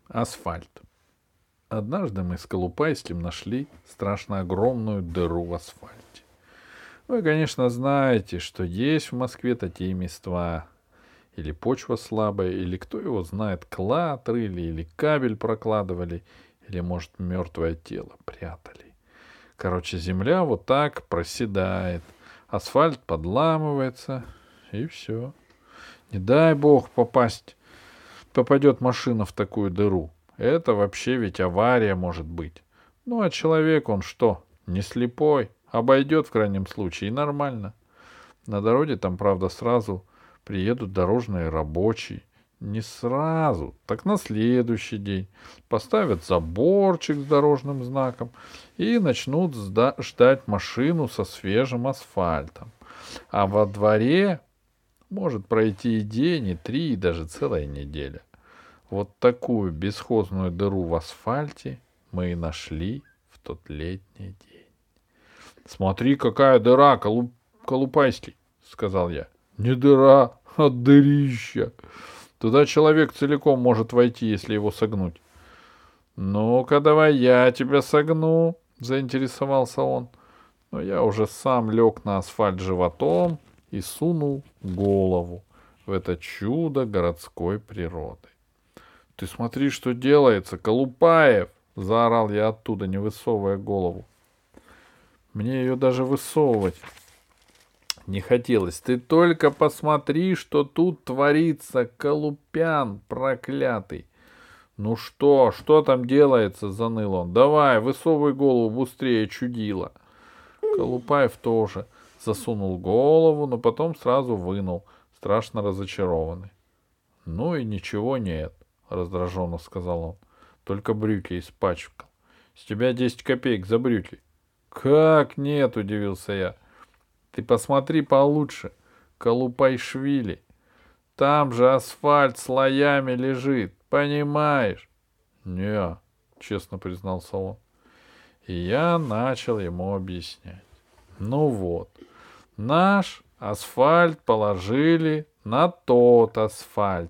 Асфальт. Однажды мы с Колупайским нашли страшно огромную дыру в асфальте. Вы, конечно, знаете, что есть в Москве такие места. Или почва слабая, или кто его знает, клад рыли, или кабель прокладывали, или, может, мертвое тело прятали. Короче, земля вот так проседает, асфальт подламывается, и все. Не дай бог попадет машина в такую дыру. Это вообще ведь авария может быть. Ну а человек он что? Не слепой. Обойдет в крайнем случае и нормально. На дороге там, правда, сразу приедут дорожные рабочие. Не сразу, так на следующий день. Поставят заборчик с дорожным знаком и начнут ждать машину со свежим асфальтом. А во дворе может пройти и день, и три, и даже целая неделя. Вот такую бесхозную дыру в асфальте мы и нашли в тот летний день. — Смотри, какая дыра, Колупайский, — сказал я. — Не дыра, а дырища. Туда человек целиком может войти, если его согнуть. — Ну-ка, давай я тебя согну, — заинтересовался он. Но я уже сам лег на асфальт животом и сунул голову в это чудо городской природы. — Ты смотри, что делается, Колупаев! — заорал я оттуда, не высовывая голову. Мне ее даже высовывать не хотелось. Ты только посмотри, что тут творится, Колупян проклятый. — Ну что там делается? — заныл он. — Давай, высовывай голову быстрее, чудило. Колупаев тоже засунул голову, но потом сразу вынул, страшно разочарованный. — Ну и ничего нет, — раздраженно сказал он. — Только брюки испачкал. С тебя 10 копеек за брюки. — Как нет, — удивился я. — Ты посмотри получше, Колупайшвили. Там же асфальт слоями лежит, понимаешь? — Не, — честно признался он. И я начал ему объяснять. Ну вот, наш асфальт положили на тот асфальт.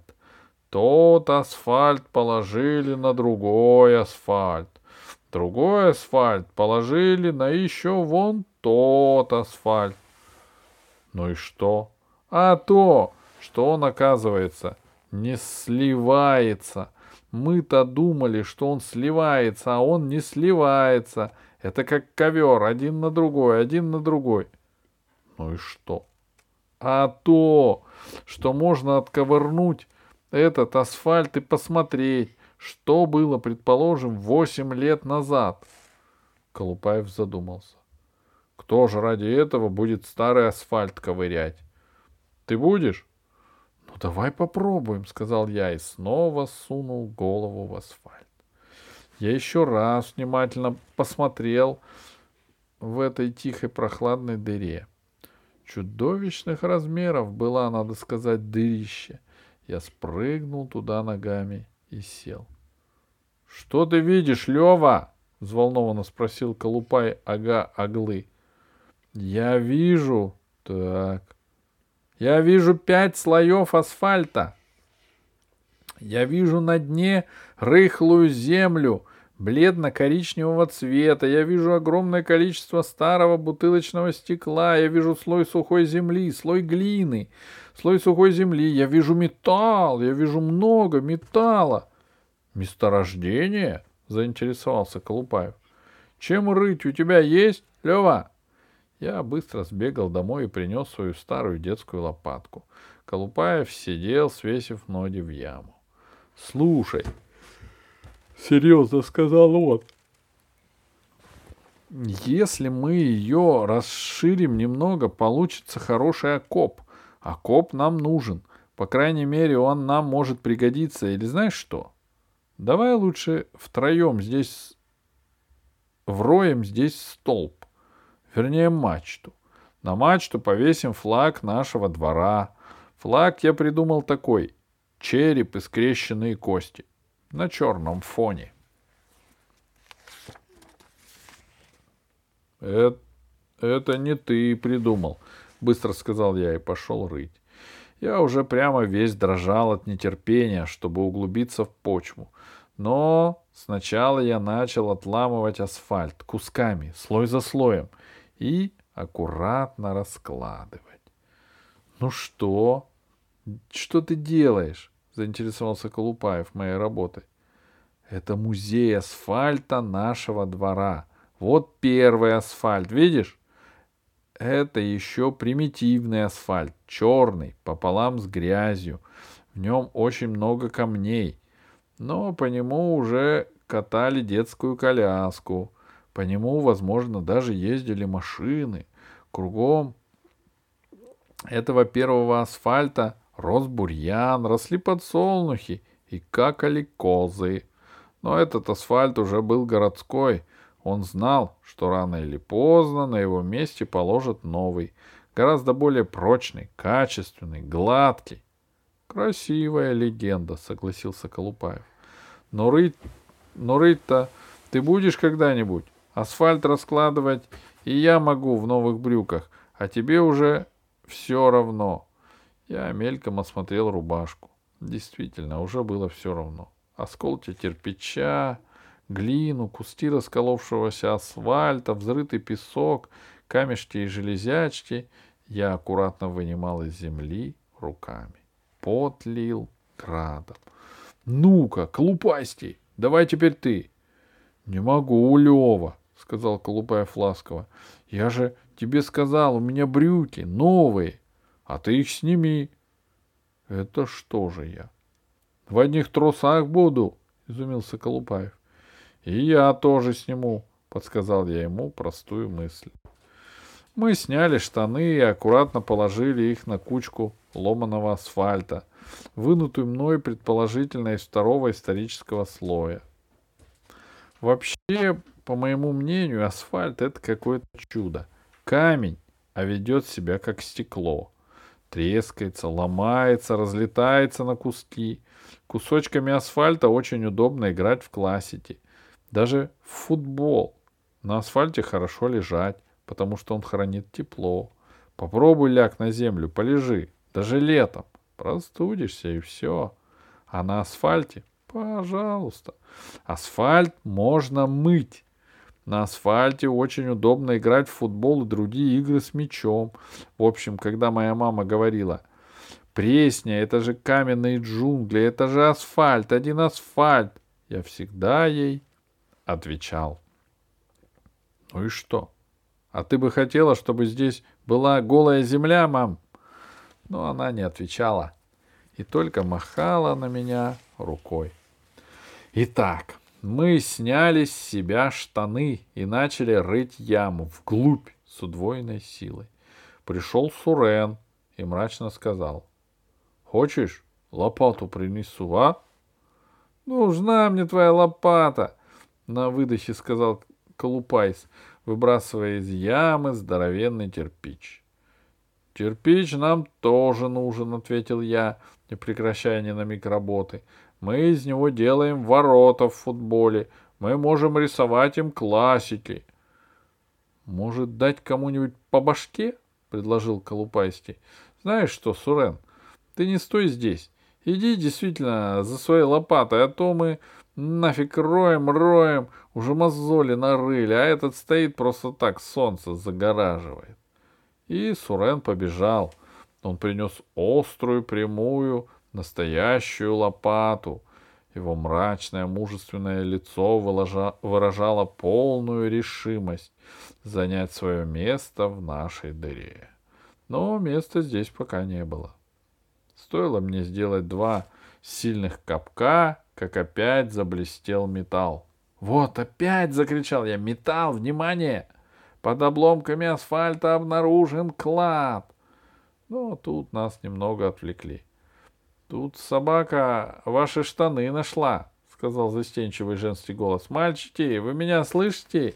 Тот асфальт положили на другой асфальт. Другой асфальт положили на еще вон тот асфальт. Ну и что? А то, что он, оказывается, не сливается. Мы-то думали, что он сливается, а он не сливается. Это как ковер, один на другой, один на другой. Ну и что? А то, что можно отковырнуть этот асфальт и посмотреть, что было, предположим, 8 лет назад. Колупаев задумался. Кто же ради этого будет старый асфальт ковырять? Ты будешь? Ну, давай попробуем, сказал я и снова сунул голову в асфальт. Я еще раз внимательно посмотрел в этой тихой прохладной дыре. Чудовищных размеров была, надо сказать, дырище. Я спрыгнул туда ногами и сел. — Что ты видишь, Лева? — взволнованно спросил Колупай ага-аглы. — Я вижу... Так... Я вижу 5 слоев асфальта. Я вижу на дне рыхлую землю бледно-коричневого цвета. Я вижу огромное количество старого бутылочного стекла. Я вижу слой сухой земли, слой глины, слой сухой земли. Я вижу металл. Я вижу много металла. Месторождение? Заинтересовался Колупаев. Чем рыть у тебя есть, Лева? Я быстро сбегал домой и принес свою старую детскую лопатку. Колупаев сидел, свесив ноги в яму. — Слушай, — серьезно сказал он, — если мы ее расширим немного, получится хороший окоп. Окоп нам нужен. По крайней мере, он нам может пригодиться. Или знаешь что? Давай лучше втроем здесь вроем здесь столб. Вернее, мачту. На мачту повесим флаг нашего двора. Флаг я придумал такой. Череп и скрещенные кости. На черном фоне. Это не ты придумал, быстро сказал я и пошел рыть. Я уже прямо весь дрожал от нетерпения, чтобы углубиться в почву. Но сначала я начал отламывать асфальт кусками, слой за слоем, и аккуратно раскладывать. «Ну что? Что ты делаешь?» — заинтересовался Колупаев моей работой. «Это музей асфальта нашего двора. Вот первый асфальт, видишь? Это еще примитивный асфальт, черный, пополам с грязью. В нем очень много камней, но по нему уже катали детскую коляску. По нему, возможно, даже ездили машины. Кругом этого первого асфальта рос бурьян, росли подсолнухи и какали козы. Но этот асфальт уже был городской. Он знал, что рано или поздно на его месте положат новый, гораздо более прочный, качественный, гладкий. Красивая легенда, согласился Колупаев. Но рыть-то ты будешь когда-нибудь? Асфальт раскладывать и я могу в новых брюках, а тебе уже все равно. Я мельком осмотрел рубашку. Действительно, уже было все равно. Осколки кирпича, глину, куски расколовшегося асфальта, взрытый песок, камешки и железячки я аккуратно вынимал из земли руками. Пот лил градом. «Ну-ка, Колупастей, давай теперь ты!» «Не могу, Лева», — сказал Колупаев ласково. «Я же тебе сказал, у меня брюки новые, а ты их сними». «Это что же я? В одних трусах буду?» — изумился Колупаев. «И я тоже сниму», — подсказал я ему простую мысль. Мы сняли штаны и аккуратно положили их на кучку ломаного асфальта, вынутую мной предположительно из второго исторического слоя. Вообще, по моему мнению, асфальт — это какое-то чудо. Камень, а ведет себя как стекло. Трескается, ломается, разлетается на куски. Кусочками асфальта очень удобно играть в классике. Даже в футбол. На асфальте хорошо лежать, потому что он хранит тепло. Попробуй ляг на землю, полежи, даже летом. Простудишься и все. А на асфальте, пожалуйста. Асфальт можно мыть. На асфальте очень удобно играть в футбол и другие игры с мячом. В общем, когда моя мама говорила: «Пресня, это же каменные джунгли, это же асфальт, один асфальт», я всегда ей отвечал: «Ну и что? А ты бы хотела, чтобы здесь была голая земля, мам?» Но она не отвечала и только махала на меня рукой. Итак, мы сняли с себя штаны и начали рыть яму вглубь с удвоенной силой. Пришел Сурен и мрачно сказал: «Хочешь, лопату принесу, а?» «Нужна мне твоя лопата!» — на выдохе сказал Колупайс, выбрасывая из ямы здоровенный кирпич. «Кирпич нам тоже нужен», — ответил я, не прекращая ни на миг работы. «Мы из него делаем ворота в футболе. Мы можем рисовать им классики». «Может, дать кому-нибудь по башке?» — предложил Колупайский. «Знаешь что, Сурен, ты не стой здесь. Иди действительно за своей лопатой, а то мы нафиг роем, уже мозоли нарыли, а этот стоит просто так, солнце загораживает». И Сурен побежал. Он принес острую, прямую, настоящую лопату. Его мрачное, мужественное лицо выражало полную решимость занять свое место в нашей дыре. Но места здесь пока не было. Стоило мне сделать 2 сильных копка, как опять заблестел металл. «Вот опять!» — закричал я. «Металл! Внимание! Под обломками асфальта обнаружен клад!» Но тут нас немного отвлекли. «Тут собака ваши штаны нашла», — сказал застенчивый женский голос. «Мальчики, вы меня слышите?»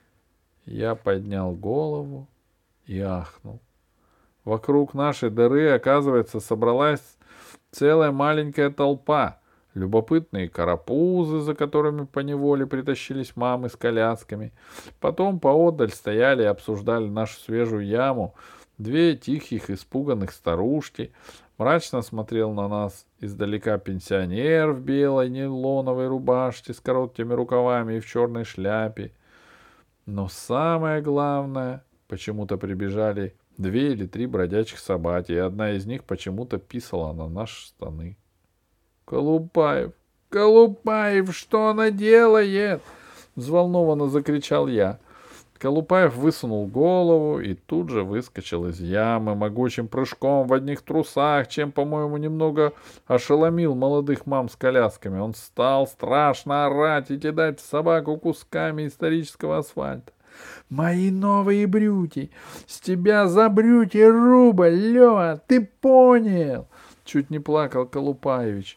Я поднял голову и ахнул. Вокруг нашей дыры, оказывается, собралась целая маленькая толпа. Любопытные карапузы, за которыми поневоле притащились мамы с колясками. Потом поодаль стояли и обсуждали нашу свежую яму 2 тихих испуганных старушки. Мрачно смотрел на нас издалека пенсионер в белой нейлоновой рубашке с короткими рукавами и в черной шляпе. Но самое главное, почему-то прибежали 2 или 3 бродячих собаки, и одна из них почему-то писала на наши штаны. «Колупаев! Колупаев, что она делает?» — взволнованно закричал я. Колупаев высунул голову и тут же выскочил из ямы могучим прыжком в одних трусах, чем, по-моему, немного ошеломил молодых мам с колясками. Он стал страшно орать и кидать в собаку кусками исторического асфальта. «Мои новые брюки! С тебя за брюки рубль, Лёва! Ты понял?» Чуть не плакал Колупаевич.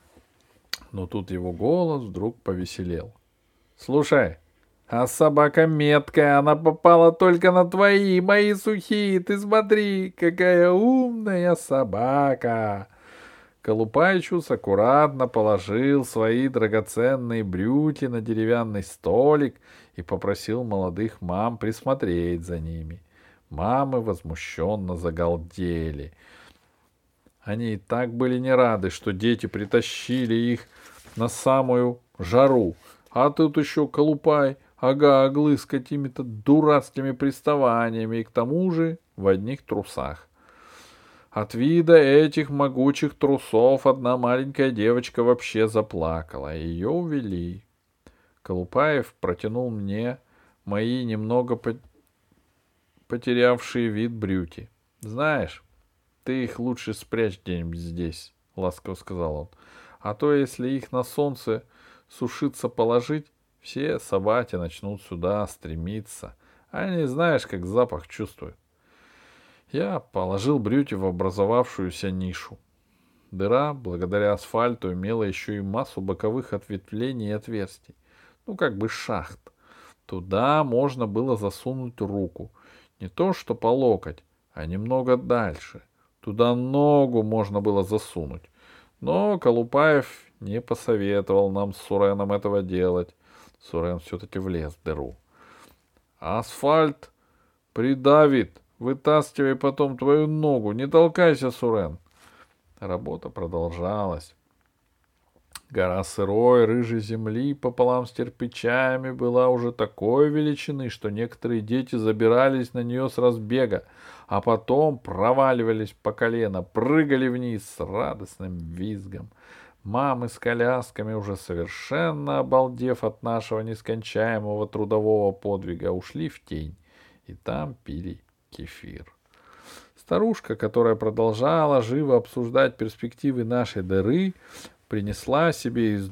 Но тут его голос вдруг повеселел. «Слушай, а собака меткая, она попала только на твои, мои сухие. Ты смотри, какая умная собака!» Колупайчус аккуратно положил свои драгоценные брюки на деревянный столик и попросил молодых мам присмотреть за ними. Мамы возмущенно загалдели. Они и так были не рады, что дети притащили их на самую жару. А тут еще Колупай, оглы с какими-то дурацкими приставаниями и к тому же в одних трусах. От вида этих могучих трусов одна маленькая девочка вообще заплакала. Ее увели. Колупаев протянул мне мои немного потерявшие вид брюки. «Знаешь, ты их лучше спрячь где-нибудь здесь», — ласково сказал он. «А то, если их на солнце сушиться положить, все собаки начнут сюда стремиться. Они, знаешь, как запах чувствуют». Я положил брюки в образовавшуюся нишу. Дыра, благодаря асфальту, имела еще и массу боковых ответвлений и отверстий. Ну, как бы шахт. Туда можно было засунуть руку. Не то что по локоть, а немного дальше. Туда ногу можно было засунуть. Но Колупаев не посоветовал нам с Суреном этого делать. Сурен все-таки влез в дыру. «Асфальт придавит. Вытаскивай потом твою ногу. Не толкайся, Сурен». Работа продолжалась. Гора сырой, рыжей земли пополам с кирпичами была уже такой величины, что некоторые дети забирались на нее с разбега, а потом проваливались по колено, прыгали вниз с радостным визгом. Мамы с колясками, уже совершенно обалдев от нашего нескончаемого трудового подвига, ушли в тень и там пили кефир. Старушка, которая продолжала живо обсуждать перспективы нашей дыры, принесли себе из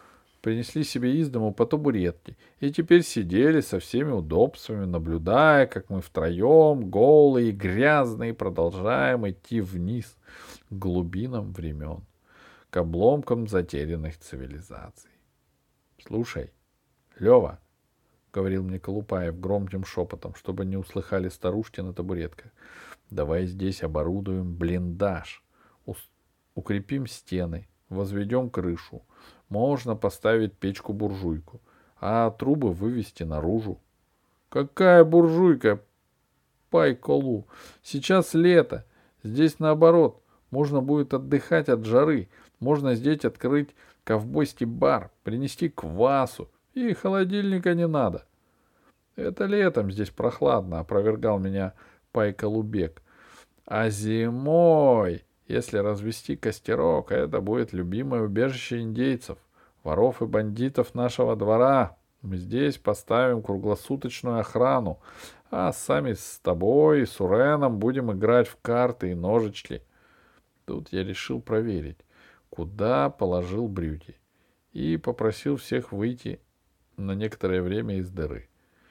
дому по табуретке и теперь сидели со всеми удобствами, наблюдая, как мы втроем, голые и грязные, продолжаем идти вниз к глубинам времен, к обломкам затерянных цивилизаций. «Слушай, Лева», — говорил мне Колупаев громким шепотом, чтобы не услыхали старушки на табуретках, — «давай здесь оборудуем блиндаж, укрепим стены, возведем крышу. Можно поставить печку-буржуйку, а трубы вывести наружу». «Какая буржуйка, Пай-Колу? Сейчас лето. Здесь наоборот. Можно будет отдыхать от жары. Можно здесь открыть ковбойский бар, принести квасу. И холодильника не надо». «Это летом здесь прохладно», — опровергал меня Пай-Колубек. «А зимой, если развести костерок, это будет любимое убежище индейцев, воров и бандитов нашего двора. Мы здесь поставим круглосуточную охрану, а сами с тобой и Суреном будем играть в карты и ножички». Тут я решил проверить, куда положил брюки, и попросил всех выйти на некоторое время из дыры.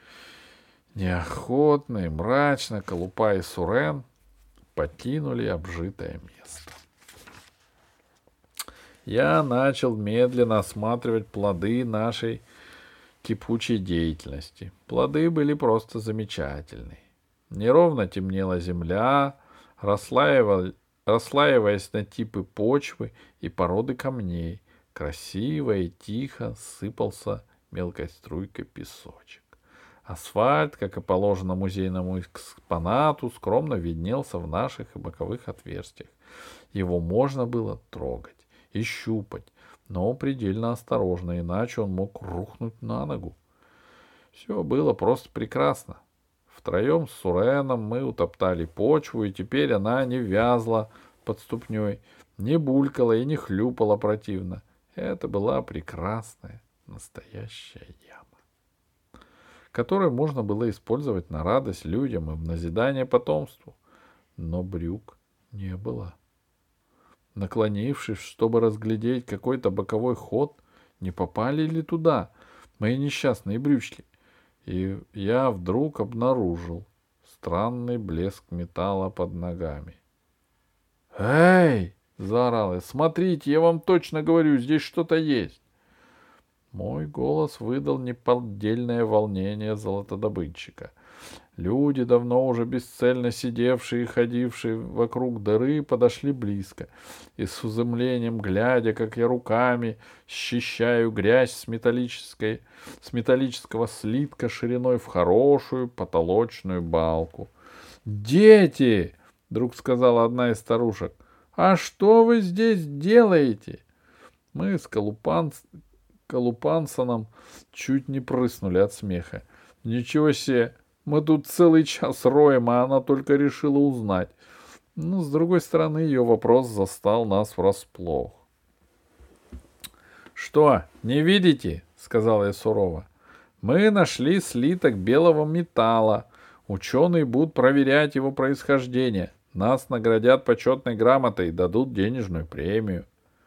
Неохотно и мрачно Колупай и Сурен покинули обжитое место. Я начал медленно осматривать плоды нашей кипучей деятельности. Плоды были просто замечательные. Неровно темнела земля, расслаиваясь на типы почвы и породы камней. Красиво и тихо сыпался мелкой струйкой песочек. Асфальт, как и положено музейному экспонату, скромно виднелся в наших и боковых отверстиях. Его можно было трогать и щупать, но предельно осторожно, иначе он мог рухнуть на ногу. Все было просто прекрасно. Втроем с Суреном мы утоптали почву, и теперь она не вязла под ступней, не булькала и не хлюпала противно. Это была прекрасная, настоящая яма, которую можно было использовать на радость людям и в назидание потомству. Но брюк не было. Наклонившись, чтобы разглядеть какой-то боковой ход, не попали ли туда мои несчастные брючки, и я вдруг обнаружил странный блеск металла под ногами. «Эй!» — заорал я. «Смотрите, я вам точно говорю, здесь что-то есть!» Мой голос выдал неподдельное волнение золотодобытчика. Люди, давно уже бесцельно сидевшие и ходившие вокруг дыры, подошли близко, и с изумлением, глядя, как я руками счищаю грязь с металлического слитка шириной в хорошую потолочную балку. «Дети!» — вдруг сказала одна из старушек. «А что вы здесь делаете?» Мы с Колупансоном чуть не прыснули от смеха. «Ничего себе! Мы тут целый час роем, а она только решила узнать». Но, с другой стороны, ее вопрос застал нас врасплох. «Что, не видите?» — сказал я сурово. «Мы нашли слиток белого металла. Ученые будут проверять его происхождение. Нас наградят почетной грамотой и дадут денежную премию».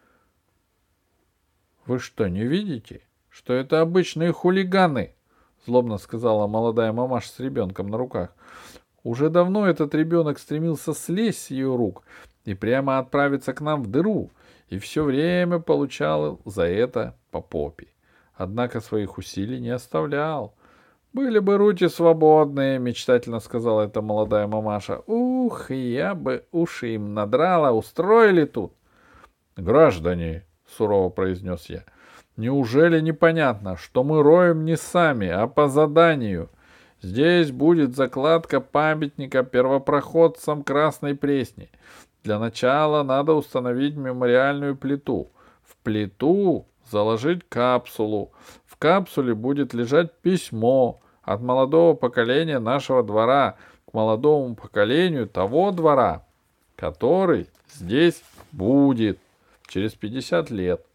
«Вы что, не видите, что это обычные хулиганы?» — злобно сказала молодая мамаша с ребенком на руках. Уже давно этот ребенок стремился слезть с ее рук и прямо отправиться к нам в дыру, и все время получал за это по попе. Однако своих усилий не оставлял. «Были бы руки свободные», — мечтательно сказала эта молодая мамаша. «Ух, я бы уши им надрала, устроили тут». «Граждане», — сурово произнес я, — «неужели непонятно, что мы роем не сами, а по заданию? Здесь будет закладка памятника первопроходцам Красной Пресни. Для начала надо установить мемориальную плиту. В плиту заложить капсулу. В капсуле будет лежать письмо от молодого поколения нашего двора к молодому поколению того двора, который здесь будет через 50 лет.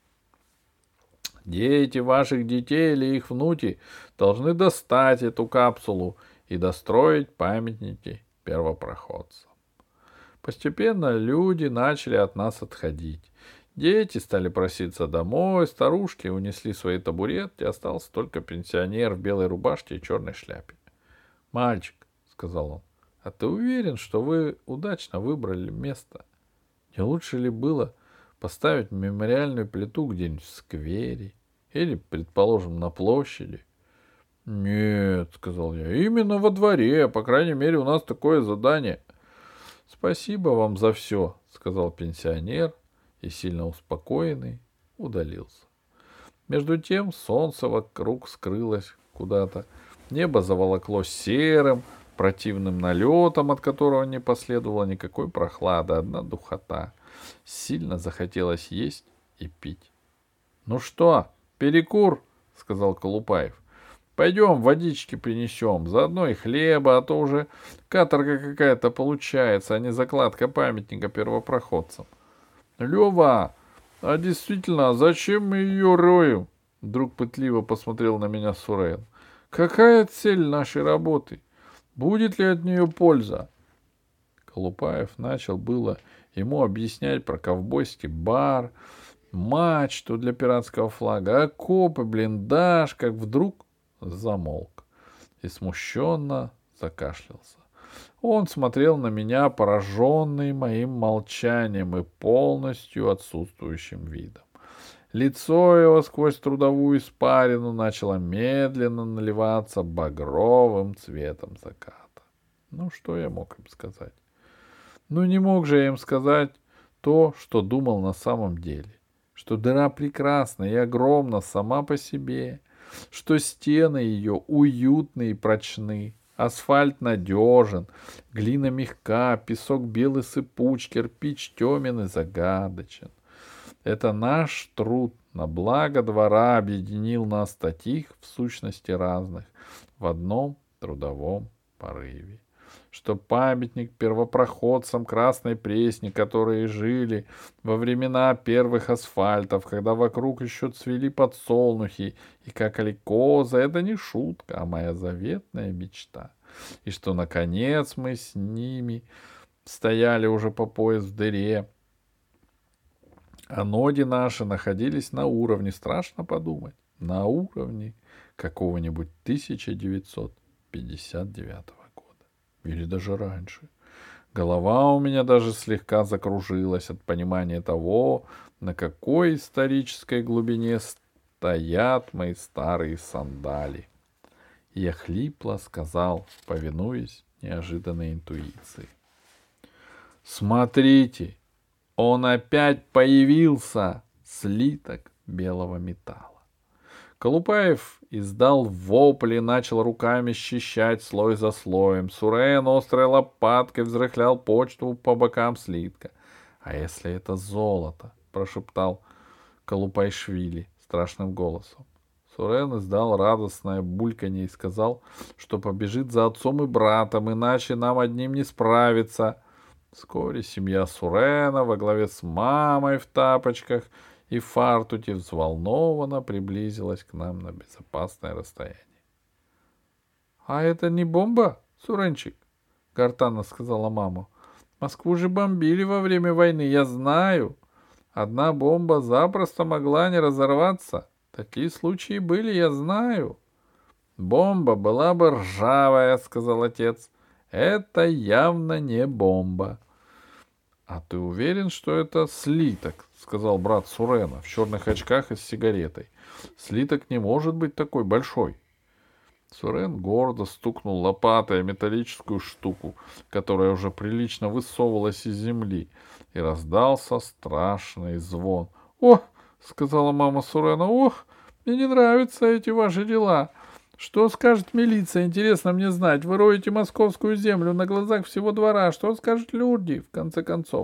Дети ваших детей или их внуки должны достать эту капсулу и достроить памятники первопроходцам». Постепенно люди начали от нас отходить. Дети стали проситься домой, старушки унесли свои табуретки, остался только пенсионер в белой рубашке и черной шляпе. «Мальчик», — сказал он, — «а ты уверен, что вы удачно выбрали место? Не лучше ли было поставить мемориальную плиту где-нибудь в сквере или, предположим, на площади?» «Нет», — сказал я, — «именно во дворе, по крайней мере, у нас такое задание». «Спасибо вам за все», — сказал пенсионер и, сильно успокоенный, удалился. Между тем солнце вокруг скрылось куда-то, небо заволоклось серым, противным налетом, от которого не последовало никакой прохлады, одна духота. Сильно захотелось есть и пить. «Ну что, перекур?» — сказал Колупаев. «Пойдем водички принесем, заодно и хлеба, а то уже каторга какая-то получается, а не закладка памятника первопроходцам». «Лева, а действительно, зачем мы ее роем?» Вдруг пытливо посмотрел на меня Сурен. «Какая цель нашей работы? Будет ли от нее польза?» Колупаев начал было ему объяснять про ковбойский бар, мачту для пиратского флага, окопы, блиндаж, как вдруг замолк и смущенно закашлялся. Он смотрел на меня, пораженный моим молчанием и полностью отсутствующим видом. Лицо его сквозь трудовую испарину начало медленно наливаться багровым цветом заката. Ну, что я мог им сказать? Ну, не мог же я им сказать то, что думал на самом деле. Что дыра прекрасна и огромна сама по себе, что стены ее уютны и прочны, Асфальт надежен, глина мягка, песок белый сыпуч, кирпич темен и загадочен. Это наш труд на благо двора объединил нас таких в сущности разных в одном трудовом порыве. Что памятник первопроходцам Красной Пресни, которые жили во времена первых асфальтов, когда вокруг еще цвели подсолнухи и какали козы, это не шутка, а моя заветная мечта. И что, наконец, мы с ними стояли уже по пояс в дыре, а ноги наши находились на уровне, страшно подумать, на уровне какого-нибудь 1959 года. Или даже раньше. Голова у меня даже слегка закружилась от понимания того, на какой исторической глубине стоят мои старые сандали. Я хрипло сказал, повинуясь неожиданной интуиции. Смотрите! Он опять появился, слиток белого металла. Колупаев издал вопль и начал руками счищать слой за слоем. Сурен острой лопаткой взрыхлял почту по бокам слитка. — А если это золото? — прошептал Колупайшвили страшным голосом. Сурен издал радостное бульканье и сказал, что побежит за отцом и братом, иначе нам одним не справиться. Вскоре семья Сурена во главе с мамой в тапочках и фартуке взволнованно приблизилась к нам на безопасное расстояние. — А это не бомба, Суренчик? — гортанно сказала мама. — Москву же бомбили во время войны, я знаю. Одна бомба запросто могла не разорваться. Такие случаи были, я знаю. — Бомба была бы ржавая, — сказал отец. — Это явно не бомба. — А ты уверен, что это слиток? — сказал брат Сурена в черных очках и с сигаретой. — Слиток не может быть такой большой. Сурен гордо стукнул лопатой о металлическую штуку, которая уже прилично высовывалась из земли, и раздался страшный звон. — О! — сказала мама Сурена. — Ох, мне не нравятся эти ваши дела. Что скажет милиция? Интересно мне знать. Вы роете московскую землю на глазах всего двора. Что скажут люди, в конце концов?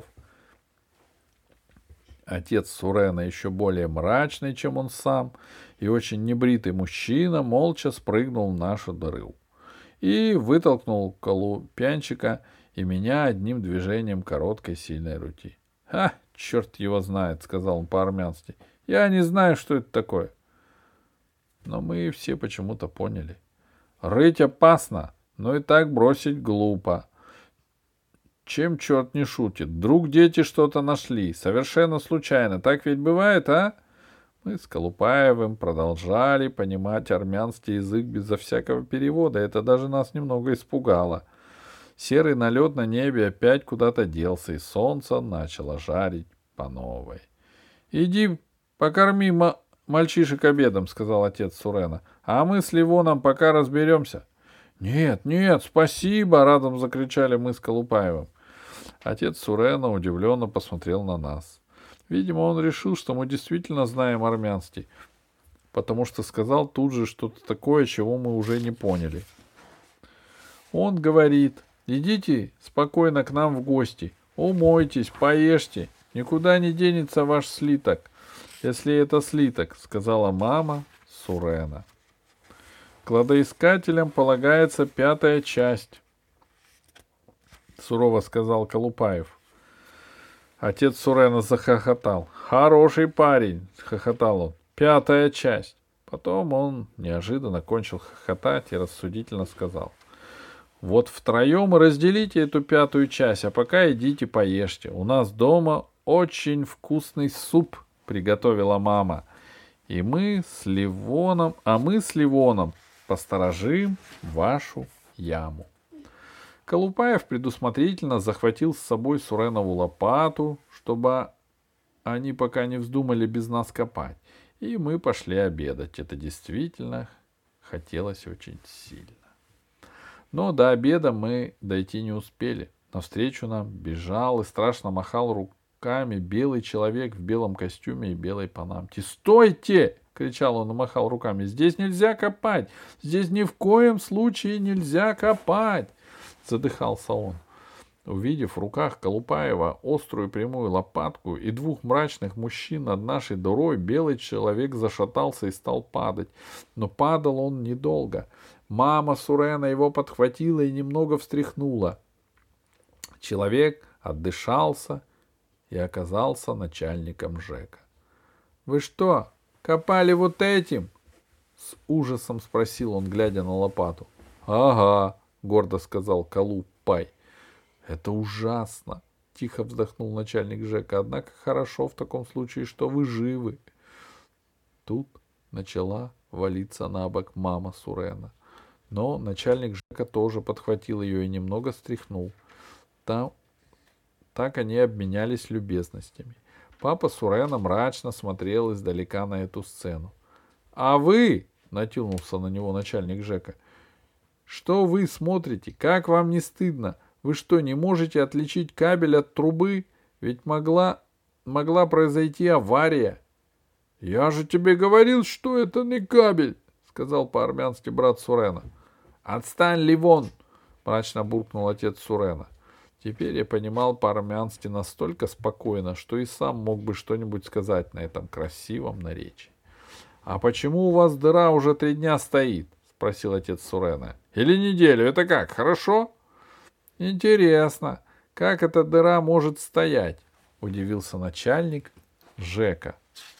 Отец Сурена, еще более мрачный, чем он сам, и очень небритый мужчина, молча спрыгнул в нашу дыру и вытолкнул Колупянчика и меня одним движением короткой сильной руки. — Ха, черт его знает, — сказал он по-армянски. — Я не знаю, что это такое. Но мы все почему-то поняли. Рыть опасно, но и так бросить глупо. Чем черт не шутит? Вдруг дети что-то нашли. Совершенно случайно. Так ведь бывает, а? Мы с Колупаевым продолжали понимать армянский язык безо всякого перевода. Это даже нас немного испугало. Серый налет на небе опять куда-то делся, и солнце начало жарить по новой. — Иди покорми мальчишек обедом, — сказал отец Сурена. — А мы с Ливоном пока разберемся. — Нет, нет, спасибо! — радом закричали мы с Колупаевым. Отец Сурена удивленно посмотрел на нас. Видимо, он решил, что мы действительно знаем армянский, потому что сказал тут же что-то такое, чего мы уже не поняли. Он говорит: идите спокойно к нам в гости, умойтесь, поешьте, никуда не денется ваш слиток, если это слиток, — сказала мама Сурена. Кладоискателям полагается 5-я часть, — сурово сказал Колупаев. Отец Сурена захохотал. «Хороший парень!» — хохотал он. «5-я часть!» Потом он неожиданно кончил хохотать и рассудительно сказал: «Вот втроем разделите эту 5-ю часть, а пока идите поешьте. У нас дома очень вкусный суп приготовила мама. И мы с Ливоном посторожим вашу яму». Колупаев предусмотрительно захватил с собой Суренову лопату, чтобы они пока не вздумали без нас копать, и мы пошли обедать. Это действительно хотелось очень сильно. Но до обеда мы дойти не успели. Навстречу нам бежал и страшно махал руками белый человек в белом костюме и белой панамке. «Стойте!» кричал он и махал руками. «Здесь нельзя копать! Здесь ни в коем случае нельзя копать!» Задыхался он. Увидев в руках Колупаева острую прямую лопатку и двух мрачных мужчин над нашей дырой, белый человек зашатался и стал падать. Но падал он недолго. Мама Сурена его подхватила и немного встряхнула. Человек отдышался и оказался начальником ЖЭКа. — Вы что, копали вот этим? — с ужасом спросил он, глядя на лопату. — Ага, — гордо сказал Колупай. — Это ужасно, — тихо вздохнул начальник ЖЭКа. — Однако хорошо в таком случае, что вы живы. Тут начала валиться на бок мама Сурена. Но начальник ЖЭКа тоже подхватил ее и немного стряхнул. Так они обменялись любезностями. Папа Сурена мрачно смотрел издалека на эту сцену. — А вы, — натянулся на него начальник ЖЭКа, — что вы смотрите? Как вам не стыдно? Вы что, не можете отличить кабель от трубы? Ведь могла произойти авария. — Я же тебе говорил, что это не кабель, — сказал по-армянски брат Сурена. — Отстань, Ливон! — мрачно буркнул отец Сурена. Теперь я понимал по-армянски настолько спокойно, что и сам мог бы что-нибудь сказать на этом красивом наречии. — А почему у вас дыра уже 3 дня стоит? — спросил отец Сурена. — Или неделю? Это как, хорошо? — Интересно, как эта дыра может стоять? — удивился начальник ЖЭКа.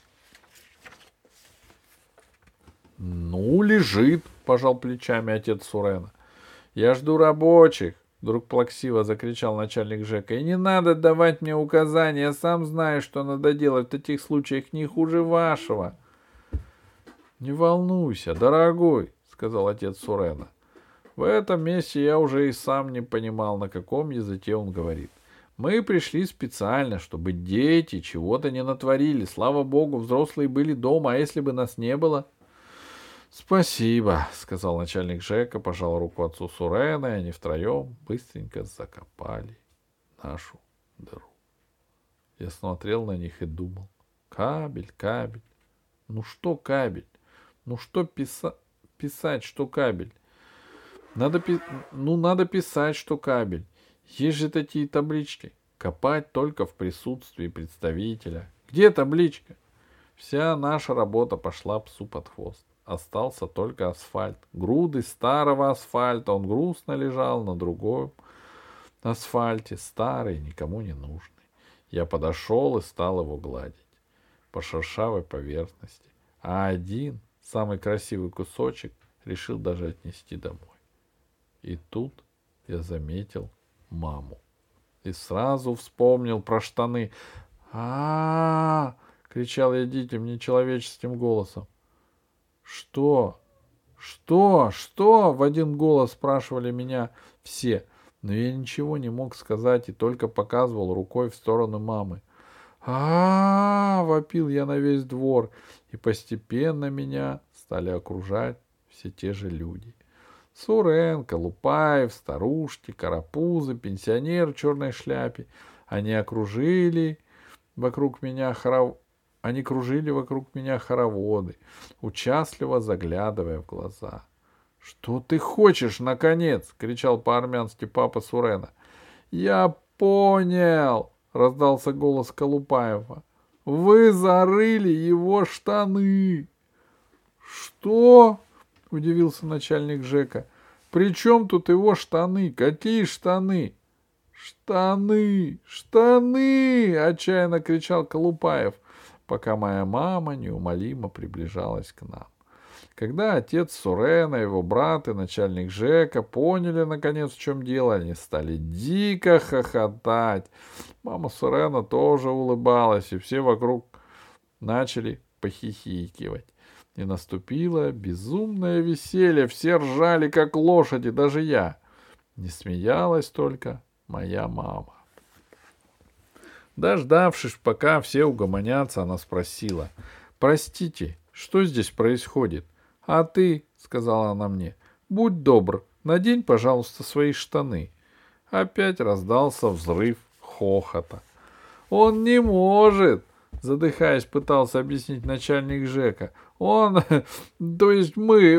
— Ну, лежит, — пожал плечами отец Сурена. — Я жду рабочих, — вдруг плаксиво закричал начальник ЖЭКа. — И не надо давать мне указания, я сам знаю, что надо делать в таких случаях не хуже вашего. — Не волнуйся, дорогой, — сказал отец Сурена. В этом месте я уже и сам не понимал, на каком языке он говорит. Мы пришли специально, чтобы дети чего-то не натворили. Слава богу, взрослые были дома, а если бы нас не было... — Спасибо, — сказал начальник ЖЭКа, пожал руку отцу Сурена, и они втроем быстренько закопали нашу дыру. Я смотрел на них и думал: кабель. Ну что кабель? Ну что писать, что кабель? Надо писать, что кабель. Есть же такие таблички. Копать только в присутствии представителя. Где табличка? Вся наша работа пошла псу под хвост. Остался только асфальт. Груды старого асфальта. Он грустно лежал на другом асфальте. Старый, никому не нужный. Я подошел и стал его гладить по шершавой поверхности. А один, самый красивый кусочек, решил даже отнести домой. И тут я заметил маму. И сразу вспомнил про штаны. А-а-а! Кричал я диким, нечеловеческим голосом. Что? В один голос спрашивали меня все. Но я ничего не мог сказать и только показывал рукой в сторону мамы. Вопил я на весь двор. И постепенно меня стали окружать все те же люди. Сурен, Колупаев, старушки, карапузы, пенсионер в черной шляпе. Они кружили вокруг меня хороводы, участливо заглядывая в глаза. — Что ты хочешь, наконец? — кричал по-армянски папа Сурена. — Я понял! — раздался голос Колупаева. — Вы зарыли его штаны! — Что? — удивился начальник ЖЭКа. — При чем тут его штаны? Какие штаны? — Штаны! — отчаянно кричал Колупаев, пока моя мама неумолимо приближалась к нам. Когда отец Сурена, его брат и начальник ЖЭКа поняли, наконец, в чем дело, они стали дико хохотать. Мама Сурена тоже улыбалась, и все вокруг начали похихикивать. И наступило безумное веселье. Все ржали, как лошади, даже я. Не смеялась только моя мама. Дождавшись, пока все угомонятся, она спросила: — Простите, что здесь происходит? — А ты, — сказала она мне, — будь добр, надень, пожалуйста, свои штаны. Опять раздался взрыв хохота. — Он не может! — задыхаясь, пытался объяснить начальник ЖЭКа. — Он, то есть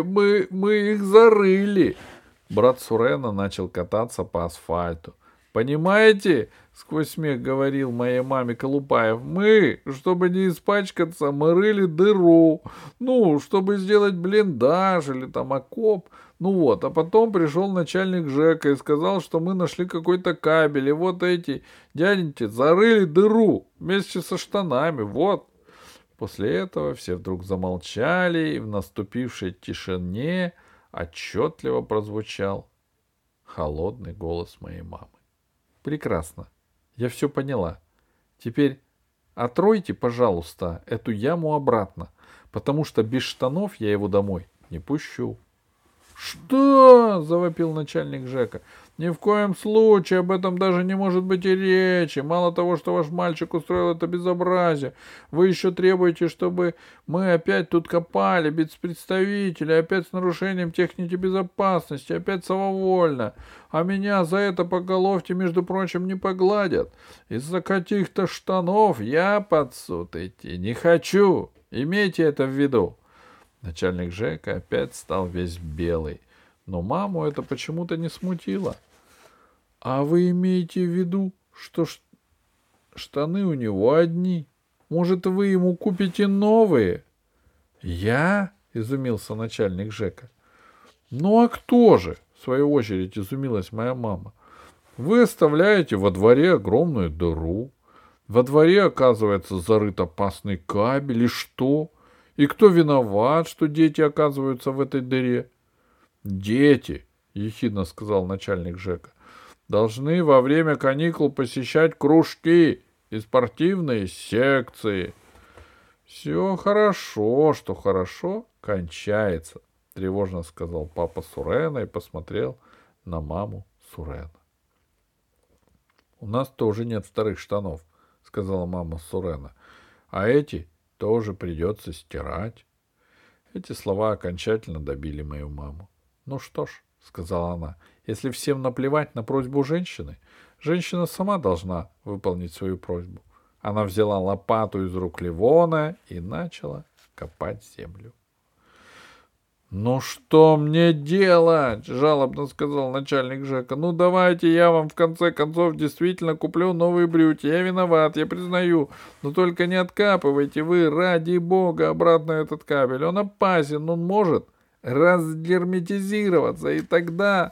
мы их зарыли. Брат Сурена начал кататься по асфальту. Понимаете, сквозь смех говорил моей маме Колупаев, мы, чтобы не испачкаться, мы рыли дыру. Ну, чтобы сделать блиндаж или там окоп. Ну вот, а потом пришел начальник ЖЭКа и сказал, что мы нашли какой-то кабель, и вот эти дяденьки зарыли дыру вместе со штанами, вот. После этого все вдруг замолчали, и в наступившей тишине отчетливо прозвучал холодный голос моей мамы. Прекрасно, я все поняла. Теперь отройте, пожалуйста, эту яму обратно, потому что без штанов я его домой не пущу. «Что?» — завопил начальник ЖЭКа. «Ни в коем случае об этом даже не может быть и речи. Мало того, что ваш мальчик устроил это безобразие, вы еще требуете, чтобы мы опять тут копали, без представителей, опять с нарушением техники безопасности, опять самовольно. А меня за это по головке, между прочим, не погладят. Из-за каких-то штанов я под суд идти не хочу. Имейте это в виду». Начальник ЖЭКа опять стал весь белый, но маму это почему-то не смутило. — А вы имеете в виду, что штаны у него одни? Может, вы ему купите новые? — Я? — изумился начальник ЖЭКа. — Ну а кто же? — в свою очередь изумилась моя мама. — Вы оставляете во дворе огромную дыру. Во дворе, оказывается, зарыт опасный кабель. И что? И кто виноват, что дети оказываются в этой дыре? — Дети, — ехидно сказал начальник ЖЭКа, — должны во время каникул посещать кружки и спортивные секции. — Все хорошо, что хорошо кончается, — тревожно сказал папа Сурена и посмотрел на маму Сурена. — У нас тоже нет вторых штанов, — сказала мама Сурена, — а эти тоже придется стирать. Эти слова окончательно добили мою маму. — Ну что ж, — сказала она, — если всем наплевать на просьбу женщины, женщина сама должна выполнить свою просьбу. Она взяла лопату из рук Ливона и начала копать землю. «Ну что мне делать?» — жалобно сказал начальник ЖЭКа. «Ну давайте я вам в конце концов действительно куплю новые брюки. Я виноват, я признаю. Но только не откапывайте вы, ради бога, обратно этот кабель. Он опасен, он может разгерметизироваться, и тогда...»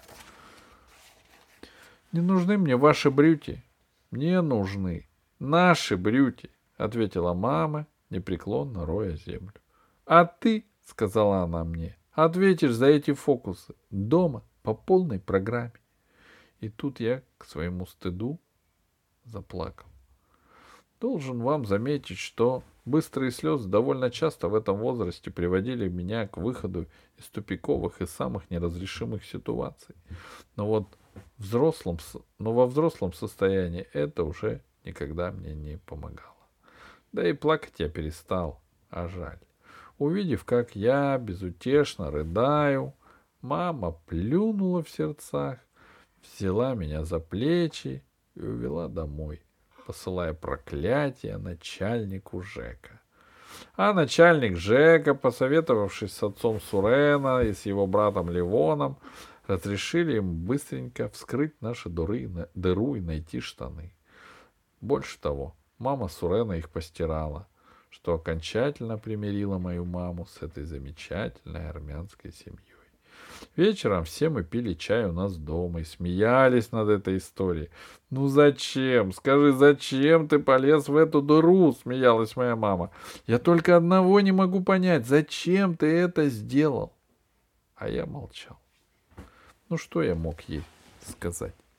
«Не нужны мне ваши брюки. Мне нужны наши брюки», — ответила мама, непреклонно роя землю. «А ты, — сказала она мне, — ответишь за эти фокусы дома по полной программе». И тут я к своему стыду заплакал. Должен вам заметить, что быстрые слезы довольно часто в этом возрасте приводили меня к выходу из тупиковых и самых неразрешимых ситуаций. Но во взрослом состоянии это уже никогда мне не помогало. Да и плакать я перестал, а жаль. Увидев, как я безутешно рыдаю, мама плюнула в сердцах, взяла меня за плечи и увела домой, посылая проклятие начальнику ЖЭКа. А начальник ЖЭКа, посоветовавшись с отцом Сурена и с его братом Ливоном, разрешили им быстренько вскрыть наши дыру и найти штаны. Больше того, мама Сурена их постирала, что окончательно примирило мою маму с этой замечательной армянской семьей. Вечером все мы пили чай у нас дома и смеялись над этой историей. «Ну зачем? Скажи, зачем ты полез в эту дыру?» — смеялась моя мама. «Я только одного не могу понять. Зачем ты это сделал?» А я молчал. Ну что я мог ей сказать?